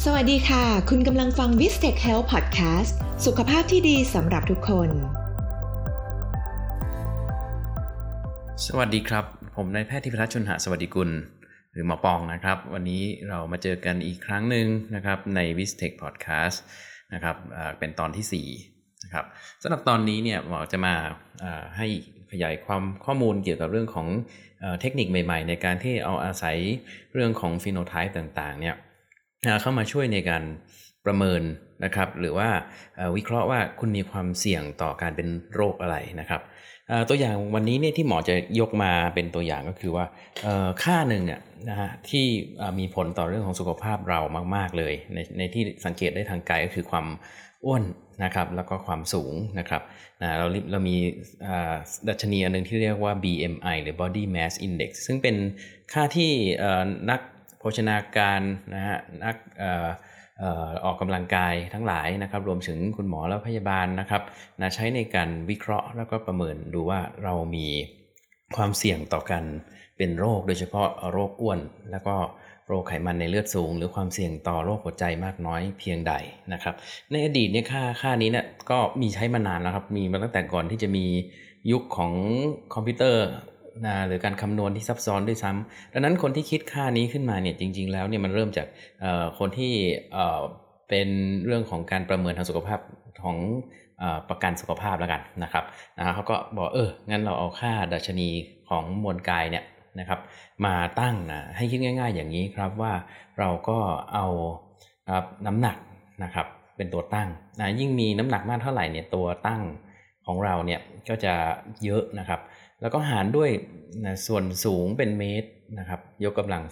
สวัสดีค่ะคุณกำลังฟัง Vistech Health Podcast สุขภาพที่ดีสำหรับทุกคนสวัสดีครับผมนายแพทย์ธิพรัชชลหสวัสดิกุลหรือหมอปองนะครับวันนี้เรามาเจอกันอีกครั้งหนึ่งนะครับใน Vistech Podcast นะครับเป็นตอนที่4นะครับสำหรับตอนนี้เนี่ยหมอจะมาให้ขยายความข้อมูลเกี่ยวกับเรื่องของเทคนิคใหม่ๆในการที่เอาอาศัยเรื่องของฟีโนไทป์ต่างๆเนี่ยเข้ามาช่วยในการประเมินนะครับหรือว่าวิเคราะห์ว่าคุณมีความเสี่ยงต่อการเป็นโรคอะไรนะครับตัวอย่างวันนี้เนี่ยที่หมอจะยกมาเป็นตัวอย่างก็คือว่าค่าหนึ่งเนี่ยนะฮะที่มีผลต่อเรื่องของสุขภาพเรามากๆเลยในที่สังเกตได้ทางกายก็คือความอ้วนนะครับแล้วก็ความสูงนะครับเรามีดัชนีอันนึงที่เรียกว่า BMI หรือ Body Mass Index ซึ่งเป็นค่าที่นักโภชนาการนะฮะนักออกกำลังกายทั้งหลายนะครับรวมถึงคุณหมอและพยาบาลนะครับใช้ในการวิเคราะห์แล้วก็ประเมินดูว่าเรามีความเสี่ยงต่อการเป็นโรคโดยเฉพาะโรคอ้วนแล้วก็โรคไขมันในเลือดสูงหรือความเสี่ยงต่อโรคหัวใจมากน้อยเพียงใดนะครับในอดีตเนี่ยค่านี้เนี่ยก็มีใช้มานานแล้วครับมีมาตั้งแต่ก่อนที่จะมียุคของคอมพิวเตอร์หรือการคำนวณที่ซับซ้อนด้วยซ้ำดังนั้นคนที่คิดค่านี้ขึ้นมาเนี่ยจริงๆแล้วเนี่ยมันเริ่มจากคนที่เป็นเรื่องของการประเมินทางสุขภาพของประกันสุขภาพแล้วกันนะครับเขาก็บอกงั้นเราเอาค่าดัชนีของมวลกายเนี่ยนะครับมาตั้งนะให้คิดง่ายๆอย่างนี้ครับว่าเราก็เอาน้ำหนักนะครับเป็นตัวตั้งนะยิ่งมีน้ำหนักมากเท่าไหร่เนี่ยตัวตั้งของเราเนี่ยก็จะเยอะนะครับแล้วก็หารด้วยนะส่วนสูงเป็นเมตรนะครับยกกำลัง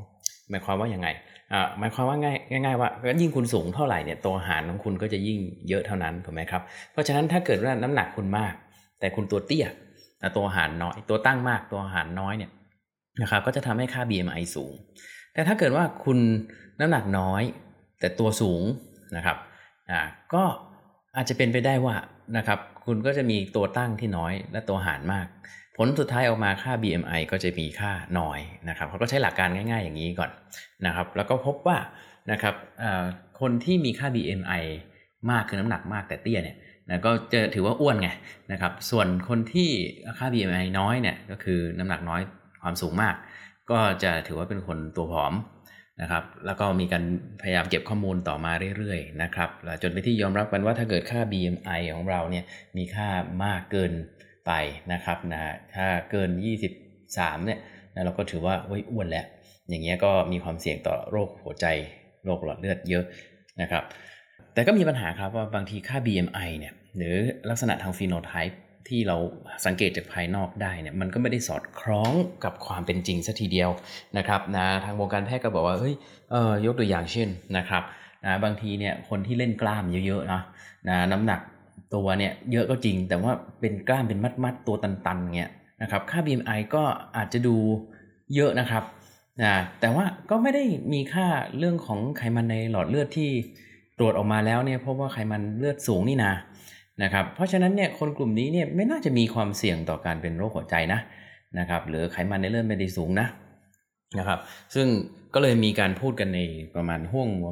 2หมายความว่ายังไงหมายความว่าง่ายๆว่ายิ่งคุณสูงเท่าไหร่เนี่ยตัวหารของคุณก็จะยิ่งเยอะเท่านั้นถูกไหมครับเพราะฉะนั้นถ้าเกิดว่าน้ำหนักคุณมากแต่คุณตัวเตี้ยตัวหารน้อยตัวตั้งมากตัวหารน้อยเนี่ยนะครับก็จะทำให้ค่า BMI สูงแต่ถ้าเกิดว่าคุณน้ำหนักน้อยแต่ตัวสูงนะครับก็อาจจะเป็นไปได้ว่านะครับคุณก็จะมีตัวตั้งที่น้อยและตัวหารมากผลสุดท้ายออกมาค่า BMI ก็จะมีค่าน้อยนะครับเขาก็ใช้หลักการง่ายๆอย่างนี้ก่อนนะครับแล้วก็พบว่านะครับคนที่มีค่า BMI มากคือน้ำหนักมากแต่เตี้ยเนี่ยก็จะถือว่าอ้วนไงนะครับส่วนคนที่ค่า BMI น้อยเนี่ยก็คือน้ำหนักน้อยความสูงมากก็จะถือว่าเป็นคนตัวผอมนะครับแล้วก็มีการพยายามเก็บข้อมูลต่อมาเรื่อยๆนะครับจนไปที่ยอมรับกันว่าถ้าเกิดค่า BMI ของเราเนี่ยมีค่ามากเกินไปนะครับถ้าเกิน23เนี่ยเราก็ถือว่าอ้วนแล้วอย่างเงี้ยก็มีความเสี่ยงต่อโรคหัวใจโรคหลอดเลือดเยอะนะครับแต่ก็มีปัญหาครับว่าบางทีค่า BMI เนี่ยหรือลักษณะทางฟีโนไทป์ที่เราสังเกตจากภายนอกได้เนี่ยมันก็ไม่ได้สอดคล้องกับความเป็นจริงซะทีเดียวนะครับทางวงการแพทย์ก็บอกว่ายกตัวอย่างเช่นนะครับบางทีเนี่ยคนที่เล่นกล้ามเยอะๆนะน้ำหนักตัวเนี่ยเยอะก็จริงแต่ว่าเป็นกล้ามเป็นมัดๆตัวตันๆเงี้ยนะครับค่า BMI ก็อาจจะดูเยอะนะครับแต่ว่าก็ไม่ได้มีค่าเรื่องของไขมันในหลอดเลือดที่ตรวจออกมาแล้วเนี่ยพบว่าไขมันเลือดสูงนี่นะครับเพราะฉะนั้นเนี่ยคนกลุ่มนี้เนี่ยไม่น่าจะมีความเสี่ยงต่อการเป็นโรคหัวใจนะครับหรือไขมันในเลือดไม่ได้สูงนะครับซึ่งก็เลยมีการพูดกันในประมาณ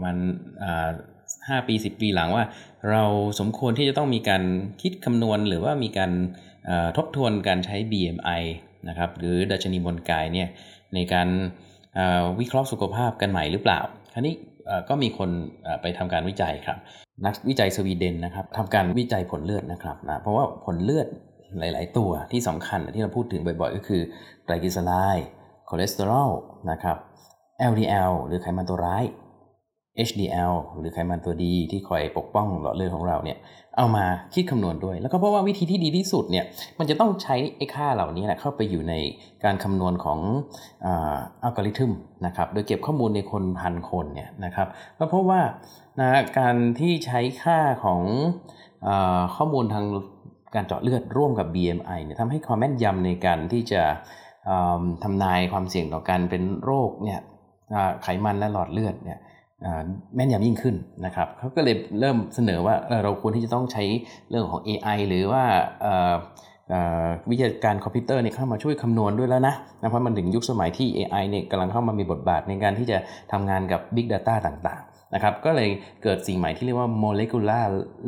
5 ปี 10 ปีหลังว่าเราสมควรที่จะต้องมีการคิดคำนวณหรือว่ามีการทบทวนการใช้ BMI นะครับหรือดัชนีมวลกายเนี่ยในการวิเคราะห์สุขภาพกันใหม่หรือเปล่าคราวนี้ก็มีคนไปทำการวิจัยครับนักวิจัยสวีเดนนะครับทำการวิจัยผลเลือดนะครับเพราะว่าผลเลือดหลายๆตัวที่สำคัญที่เราพูดถึงบ่อยๆก็คือไตรกลีเซอไรด์คอเลสเตอรอลนะครับ LDL หรือไขมันตัวร้าย HDL หรือไขมันตัวดีที่คอยปกป้องหลอดเลือดของเราเนี่ยเอามาคิดคำนวณด้วยแล้วก็เพราะว่าวิธีที่ดีที่สุดเนี่ยมันจะต้องใช้ไอ้ค่าเหล่านี้แหละเข้าไปอยู่ในการคำนวณของอัลกอริทึมนะครับโดยเก็บข้อมูลในคนพันคนเนี่ยนะครับก็เพราะว่าการที่ใช้ค่าของข้อมูลทางการเจาะเลือดร่วมกับ BMI เนี่ยทำให้ความแม่นยำในการที่จะทำนายความเสี่ยงต่อการเป็นโรคเนี่ยไขมันและหลอดเลือดเนี่ยแม่นยำยิ่งขึ้นนะครับเขาก็เลยเริ่มเสนอว่าเราควรที่จะต้องใช้เรื่องของ AI หรือว่าวิทยาการคอมพิวเตอร์เนี่ยเข้ามาช่วยคำนวณด้วยแล้วนะเพราะมันถึงยุคสมัยที่ AI เนี่ยกำลังเข้ามามีบทบาทในการที่จะทำงานกับ Big Data ต่างนะครับก็เลยเกิดสิ่งใหม่ที่เรียกว่า molecular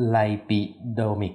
lipidomic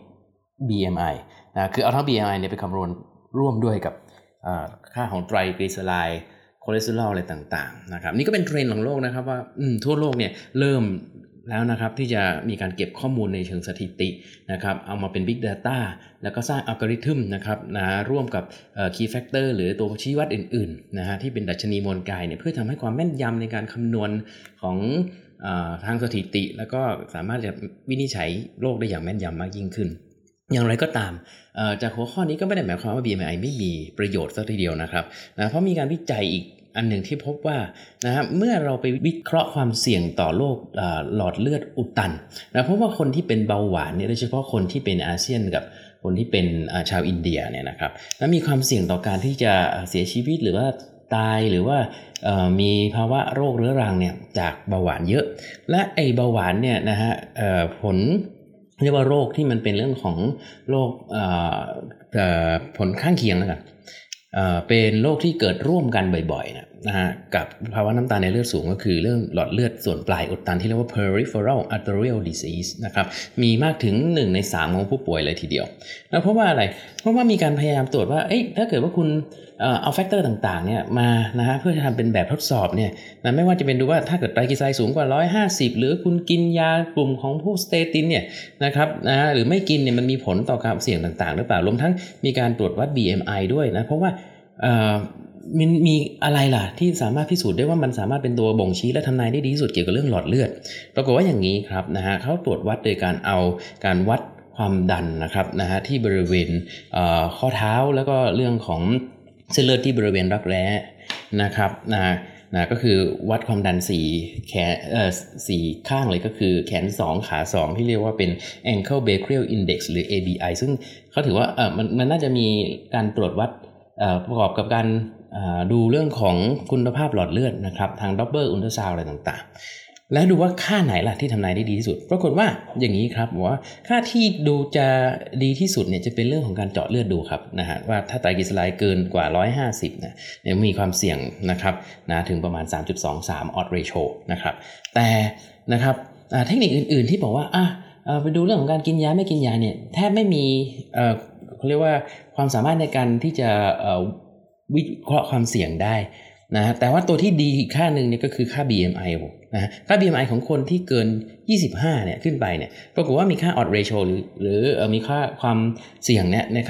BMI นะคือเอาทั้ง BMI เนี่ยไปคำนวณร่วมด้วยกับค่าของไตรกลีเซอไรด์คอเลสเตอรอลอะไรต่างๆนะครับนี่ก็เป็นเทรนด์ของโลกนะครับว่าทั่วโลกเนี่ยเริ่มแล้วนะครับที่จะมีการเก็บข้อมูลในเชิงสถิตินะครับเอามาเป็น Big Data แล้วก็สร้างอัลกอริทึมนะครับร่วมกับKey Factor หรือตัวชี้วัดอื่นๆนะฮะที่เป็นดัชนีมวลกายเนี่ยเพื่อทำให้ความแม่นยำในการคำนวณของทางสถิติแล้วก็สามารถจะวินิจฉัยโรคได้อย่างแม่นยำมากยิ่งขึ้นอย่างไรก็ตามจากหัวข้อนี้ก็ไม่ได้หมายความว่า BMI ไม่มีประโยชน์ซะทีเดียวนะครับเพราะมีการวิจัยอีกอันหนึ่งที่พบว่านะครับเมื่อเราไปวิเคราะห์ความเสี่ยงต่อโรคหลอดเลือดอุดตันนะเพราะว่าคนที่เป็นเบาหวานเนี่ยโดยเฉพาะคนที่เป็นอาเซียนกับคนที่เป็นชาวอินเดียเนี่ยนะครับแล้วมีความเสี่ยงต่อการที่จะเสียชีวิตหรือว่าตายหรือว่ามีภาวะโรคเรื้อรังเนี่ยจากเบาหวานเยอะและไอเบาหวานเนี่ยนะฮะผลเรียกว่าโรคที่มันเป็นเรื่องของโรคผลข้างเคียงแล้วกันเป็นโรคที่เกิดร่วมกันบ่อยๆนะฮะกับภาวะน้ำตาลในเลือดสูงก็คือเรื่องหลอดเลือดส่วนปลายอุดตันที่เรียกว่า peripheral arterial disease นะครับมีมากถึง1ใน3ของผู้ป่วยเลยทีเดียวแล้วเพราะว่าอะไรเพราะว่ามีการพยายามตรวจว่าถ้าเกิดว่าคุณเอาแฟกเตอร์ต่างๆเนี่ยมานะฮะเพื่อจะทำเป็นแบบทดสอบเนี่ยนะไม่ว่าจะเป็นดูว่าถ้าเกิดไตรกลีเซอไรด์สูงกว่า150หรือคุณกินยากลุ่มของพวกสเตตินเนี่ยนะครับนะหรือไม่กินเนี่ยมันมีผลต่อความเสี่ยงต่างๆหรือเปล่ารวมทั้งมีการตรวจวัด BMI ด้วยนะเพราะว่ามันมีอะไรล่ะที่สามารถพิสูจน์ได้ว่ามันสามารถเป็นตัวบ่งชี้และทำนายได้ดีที่สุดเกี่ยวกับเรื่องหลอดเลือดปรากฏว่าอย่างนี้ครับนะฮะเขาตรวจวัดโดยการเอาการวัดความดันนะครับนะฮะที่บริเวณข้อเท้าแล้วก็เรื่องของเส้นเลือดที่บริเวณรักแร้นะครับนะก็คือวัดความดัน4ข้างเลยก็คือแขน2ขา2ที่เรียกว่าเป็น ankle brachial index หรือ ABI ซึ่งเขาถือว่ามันน่าจะมีการตรวจวัดประกอบกับการดูเรื่องของคุณภาพหลอดเลือดนะครับทางดับเบิลอุลตราซาวด์อะไรต่างๆแล้วดูว่าค่าไหนล่ะที่ทำนายได้ดีที่สุดปรากฏว่าอย่างนี้ครับว่าค่าที่ดูจะดีที่สุดเนี่ยจะเป็นเรื่องของการเจาะเลือดดูครับนะฮะว่าถ้าไตรกลีเซอไรด์เกินกว่า150เนี่ยมีความเสี่ยงนะครับนะถึงประมาณ 3.23 odds ratio นะครับแต่นะครับเทคนิคอื่นๆที่บอกว่าไปดูเรื่องของการกินยาไม่กินยาเนี่ยแทบไม่มีเขาเรียกว่าความสามารถในการที่จะวิเคราะห์ความเสี่ยงได้นะแต่ว่าตัวที่ดีอีกค่านึงเนี่ยก็คือค่า BMI นะค่า BMI ของคนที่เกิน25เนี่ยขึ้นไปเนี่ยปรากฏว่ามีค่า odds ratio หรือมีค่าความเสี่ยงเนี่ยนะครับ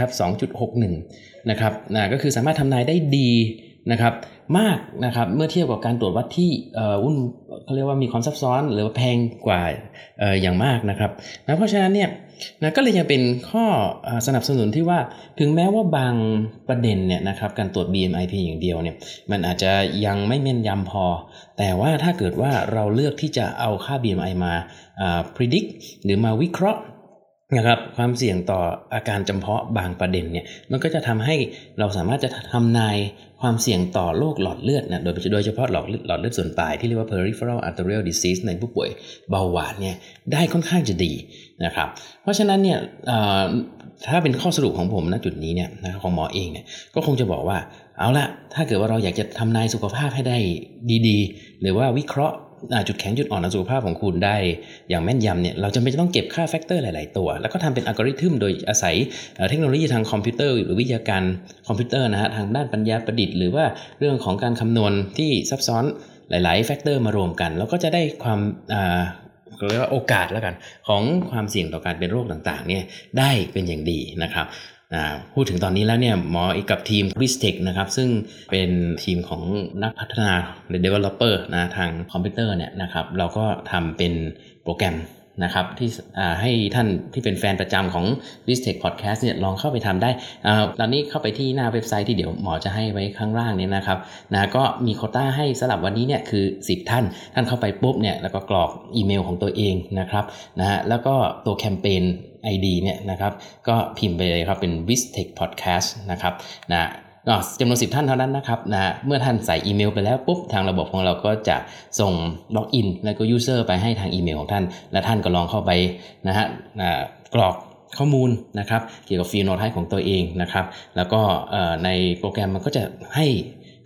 2.61 นะครับก็คือสามารถทำนายได้ดีนะครับมากนะครับเมื่อเทียบกับการตรวจวัดที่เขาเรียกว่ามีความซับซ้อนหรือว่าแพงกว่าอย่างมากนะครับเพราะฉะนั้นเนี่ยนะก็เลยยังเป็นข้อสนับสนุนที่ว่าถึงแม้ว่าบางประเด็นเนี่ยนะครับการตรวจ BMI เพียงอย่างเดียวเนี่ยมันอาจจะยังไม่แม่นยำพอแต่ว่าถ้าเกิดว่าเราเลือกที่จะเอาค่า BMI มาpredict หรือมาวิเคราะห์นะครับความเสี่ยงต่ออาการจำเพาะบางประเด็นเนี่ยมันก็จะทำให้เราสามารถจะทำนายความเสี่ยงต่อโรคหลอดเลือดนะโดยเฉพาะหลอดเลือดส่วนปลายที่เรียกว่า peripheral arterial disease ในผู้ป่วยเบาหวานเนี่ยได้ค่อนข้างจะดีนะครับเพราะฉะนั้นเนี่ยถ้าเป็นข้อสรุปของผมณจุดนี้เนี่ยนะของหมอเองเนี่ยก็คงจะบอกว่าเอาละถ้าเกิดว่าเราอยากจะทำนายสุขภาพให้ได้ดีๆหรือว่าวิเคราะห์จุดแข็งจุดอ่อนในสุขภาพของคุณได้อย่างแม่นยำเนี่ยเราจำเป็นจะต้องเก็บค่าแฟกเตอร์หลายๆตัวแล้วก็ทำเป็นอัลกอริทึมโดยอาศัยเทคโนโลยีทางคอมพิวเตอร์หรือวิทยาการคอมพิวเตอร์นะฮะทางด้านปัญญาประดิษฐ์หรือว่าเรื่องของการคำนวณที่ซับซ้อนหลายๆแฟกเตอร์มารวมกันแล้วก็จะได้ความเรียกว่าโอกาสแล้วกันของความเสี่ยงต่อการเป็นโรคต่างๆเนี่ยได้เป็นอย่างดีนะครับพูดถึงตอนนี้แล้วเนี่ยหมออีกกับทีม Vistech นะครับซึ่งเป็นทีมของนักพัฒนาหรือ developer นะทางคอมพิวเตอร์เนี่ยนะครับเราก็ทำเป็นโปรแกรมนะครับที่ให้ท่านที่เป็นแฟนประจำของ Vistech Podcast เนี่ยลองเข้าไปทำได้ตอนนี้เข้าไปที่หน้าเว็บไซต์ที่เดี๋ยวหมอจะให้ไว้ข้างล่างเนี่ยนะครับก็มีโควต้าให้สำหรับวันนี้เนี่ยคือ10ท่านเข้าไปปุ๊บเนี่ยแล้วก็กรอกอีเมลของตัวเองนะครับแล้วก็ตัวแคมเปญID เนี่ยนะครับก็พิมพ์ไปเลยครับเป็น Vistech Podcast นะครับจำนวน10ท่านเท่านั้นนะครับเมื่อท่านใส่อีเมลไปแล้วปุ๊บทางระบบของเราก็จะส่งล็อกอินแล้วก็ยูเซอร์ไปให้ทางอีเมลของท่านและท่านก็ลองเข้าไปกรอกข้อมูลนะครับเกี่ยวกับฟีโนไทป์ของตัวเองนะครับแล้วก็ในโปรแกรมมันก็จะให้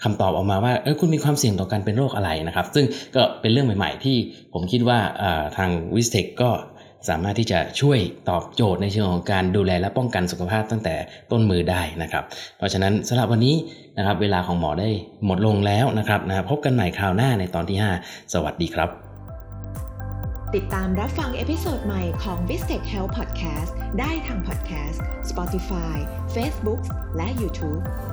คำตอบออกมาว่าคุณมีความเสี่ยงต่อการเป็นโรคอะไรนะครับซึ่งก็เป็นเรื่องใหม่ๆที่ผมคิดว่าทาง Vistech ก็สามารถที่จะช่วยตอบโจทย์ในเชิงของการดูแลและป้องกันสุขภาพตั้งแต่ต้นมือได้นะครับเพราะฉะนั้นสำหรับวันนี้นะครับเวลาของหมอได้หมดลงแล้วนะครับพบกันใหม่คราวหน้าในตอนที่5สวัสดีครับติดตามรับฟังเอพิโซดใหม่ของ Vistech Health Podcast ได้ทาง Podcast, Spotify, Facebook และ YouTube